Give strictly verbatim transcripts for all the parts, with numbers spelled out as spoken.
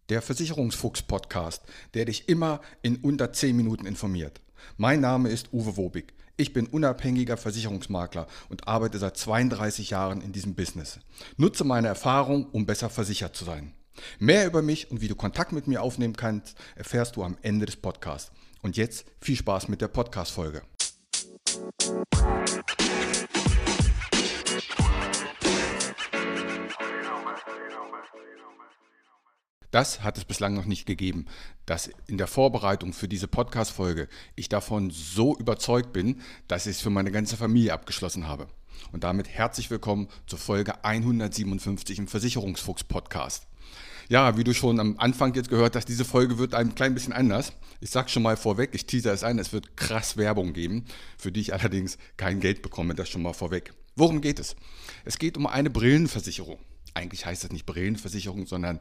Der Versicherungsfuchs-Podcast, der dich immer in unter zehn Minuten informiert. Mein Name ist Uwe Wobig. Ich bin unabhängiger Versicherungsmakler und arbeite seit zweiunddreißig Jahren in diesem Business. Nutze meine Erfahrung, um besser versichert zu sein. Mehr über mich und wie du Kontakt mit mir aufnehmen kannst, erfährst du am Ende des Podcasts. Und jetzt viel Spaß mit der Podcast-Folge. Das hat es bislang noch nicht gegeben, dass in der Vorbereitung für diese Podcast-Folge ich davon so überzeugt bin, dass ich es für meine ganze Familie abgeschlossen habe. Und damit herzlich willkommen zur Folge hundertsiebenundfünfzig im Versicherungsfuchs-Podcast. Ja, wie du schon am Anfang jetzt gehört hast, diese Folge wird ein klein bisschen anders. Ich sage schon mal vorweg, ich teaser es ein, es wird krass Werbung geben, für die ich allerdings kein Geld bekomme, das schon mal vorweg. Worum geht es? Es geht um eine Brillenversicherung. Eigentlich heißt das nicht Brillenversicherung, sondern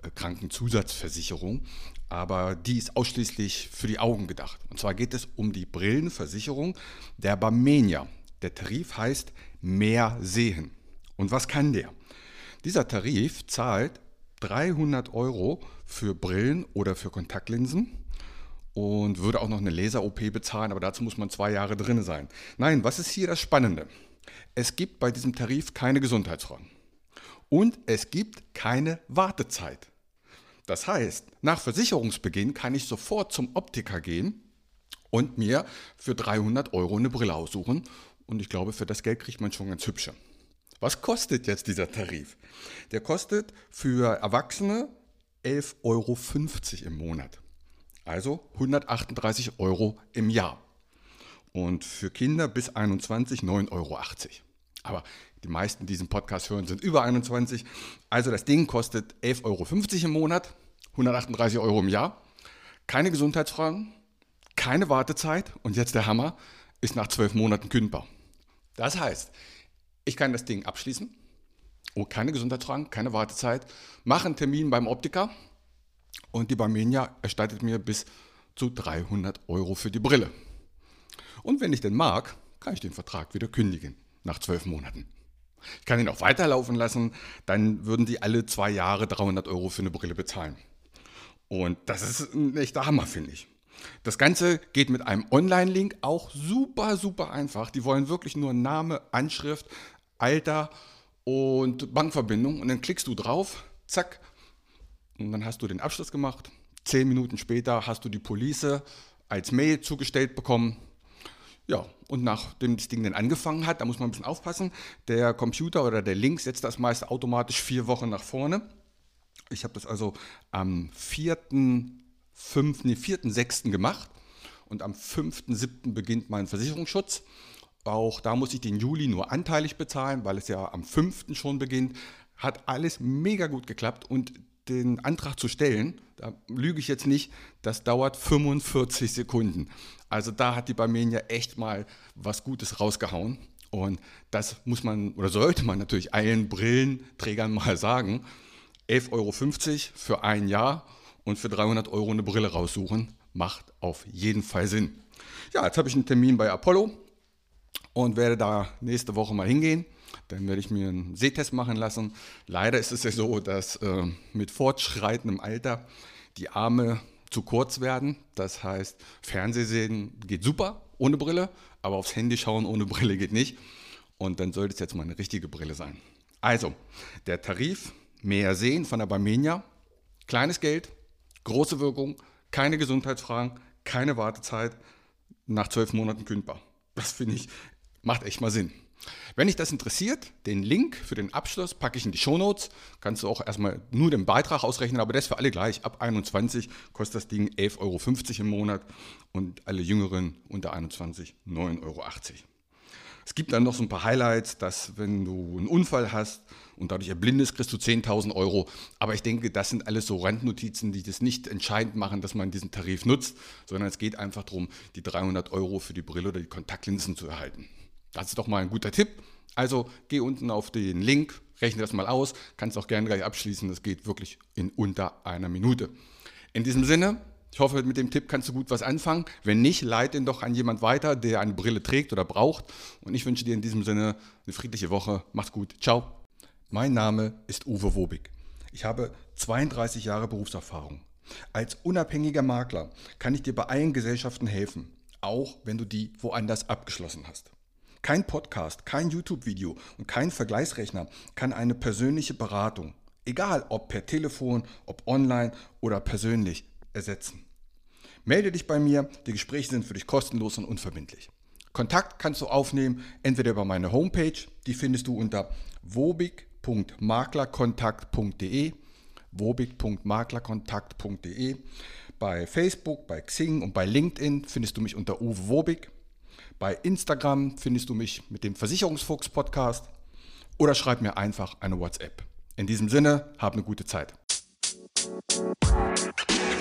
Krankenzusatzversicherung, aber die ist ausschließlich für die Augen gedacht. Und zwar geht es um die Brillenversicherung der Barmenia. Der Tarif heißt Mehr sehen. Und was kann der? Dieser Tarif zahlt dreihundert Euro für Brillen oder für Kontaktlinsen und würde auch noch eine Laser-O P bezahlen, aber dazu muss man zwei Jahre drin sein. Nein, was ist hier das Spannende? Es gibt bei diesem Tarif keine Gesundheitsfragen. Und es gibt keine Wartezeit. Das heißt, nach Versicherungsbeginn kann ich sofort zum Optiker gehen und mir für dreihundert Euro eine Brille aussuchen. Und ich glaube, für das Geld kriegt man schon ganz hübsche. Was kostet jetzt dieser Tarif? Der kostet für Erwachsene elf Euro fünfzig im Monat. Also hundertachtunddreißig Euro im Jahr. Und für Kinder bis einundzwanzig neun Euro achtzig. Aber die meisten, die diesen Podcast hören, sind über einundzwanzig. Also das Ding kostet elf Euro fünfzig im Monat, hundertachtunddreißig Euro im Jahr. Keine Gesundheitsfragen, keine Wartezeit und jetzt der Hammer, ist nach zwölf Monaten kündbar. Das heißt, ich kann das Ding abschließen, oh, keine Gesundheitsfragen, keine Wartezeit, mache einen Termin beim Optiker und die Barmenia erstattet mir bis zu dreihundert Euro für die Brille. Und wenn ich denn mag, kann ich den Vertrag wieder kündigen. Nach zwölf Monaten. Ich kann ihn auch weiterlaufen lassen, dann würden die alle zwei Jahre dreihundert Euro für eine Brille bezahlen. Und das ist ein echter Hammer, finde ich. Das Ganze geht mit einem Online-Link auch super, super einfach. Die wollen wirklich nur Name, Anschrift, Alter und Bankverbindung. Und dann klickst du drauf, zack, und dann hast du den Abschluss gemacht. Zehn Minuten später hast du die Police als Mail zugestellt bekommen. Ja, und nachdem das Ding dann angefangen hat, da muss man ein bisschen aufpassen, der Computer oder der Link setzt das meist automatisch vier Wochen nach vorne. Ich habe das also am vierten sechsten gemacht und am fünften siebten beginnt mein Versicherungsschutz. Auch da muss ich den Juli nur anteilig bezahlen, weil es ja am fünften schon beginnt. Hat alles mega gut geklappt und den Antrag zu stellen, da lüge ich jetzt nicht, das dauert fünfundvierzig Sekunden. Also da hat die Barmenia echt mal was Gutes rausgehauen. Und das muss man oder sollte man natürlich allen Brillenträgern mal sagen. elf Euro fünfzig für ein Jahr und für dreihundert Euro eine Brille raussuchen, macht auf jeden Fall Sinn. Ja, jetzt habe ich einen Termin bei Apollo und werde da nächste Woche mal hingehen. Dann werde ich mir einen Sehtest machen lassen. Leider ist es ja so, dass äh, mit fortschreitendem Alter die Arme zu kurz werden. Das heißt, Fernsehsehen geht super ohne Brille, aber aufs Handy schauen ohne Brille geht nicht. Und dann sollte es jetzt mal eine richtige Brille sein. Also, der Tarif Mehr sehen von der Barmenia. Kleines Geld, große Wirkung, keine Gesundheitsfragen, keine Wartezeit, nach zwölf Monaten kündbar. Das finde ich, macht echt mal Sinn. Wenn dich das interessiert, den Link für den Abschluss packe ich in die Shownotes. Kannst du auch erstmal nur den Beitrag ausrechnen, aber das ist für alle gleich. Ab einundzwanzig kostet das Ding elf Euro fünfzig im Monat und alle Jüngeren unter einundzwanzig neun Euro achtzig. Es gibt dann noch so ein paar Highlights, dass wenn du einen Unfall hast und dadurch erblindest, kriegst du zehntausend Euro. Aber ich denke, das sind alles so Randnotizen, die das nicht entscheidend machen, dass man diesen Tarif nutzt, sondern es geht einfach darum, die dreihundert Euro für die Brille oder die Kontaktlinsen zu erhalten. Das ist doch mal ein guter Tipp. Also geh unten auf den Link, rechne das mal aus, kannst auch gerne gleich abschließen. Das geht wirklich in unter einer Minute. In diesem Sinne, ich hoffe, mit dem Tipp kannst du gut was anfangen. Wenn nicht, leite ihn doch an jemand weiter, der eine Brille trägt oder braucht. Und ich wünsche dir in diesem Sinne eine friedliche Woche. Mach's gut. Ciao. Mein Name ist Uwe Wobig. Ich habe zweiunddreißig Jahre Berufserfahrung. Als unabhängiger Makler kann ich dir bei allen Gesellschaften helfen, auch wenn du die woanders abgeschlossen hast. Kein Podcast, kein YouTube-Video und kein Vergleichsrechner kann eine persönliche Beratung, egal ob per Telefon, ob online oder persönlich, ersetzen. Melde dich bei mir, die Gespräche sind für dich kostenlos und unverbindlich. Kontakt kannst du aufnehmen, entweder über meine Homepage, die findest du unter wobig punkt maklerkontakt punkt de, wobig punkt maklerkontakt punkt de. Bei Facebook, bei Xing und bei LinkedIn findest du mich unter Uwe Wobig. Bei Instagram findest du mich mit dem Versicherungsfuchs-Podcast oder schreib mir einfach eine WhatsApp. In diesem Sinne, hab eine gute Zeit.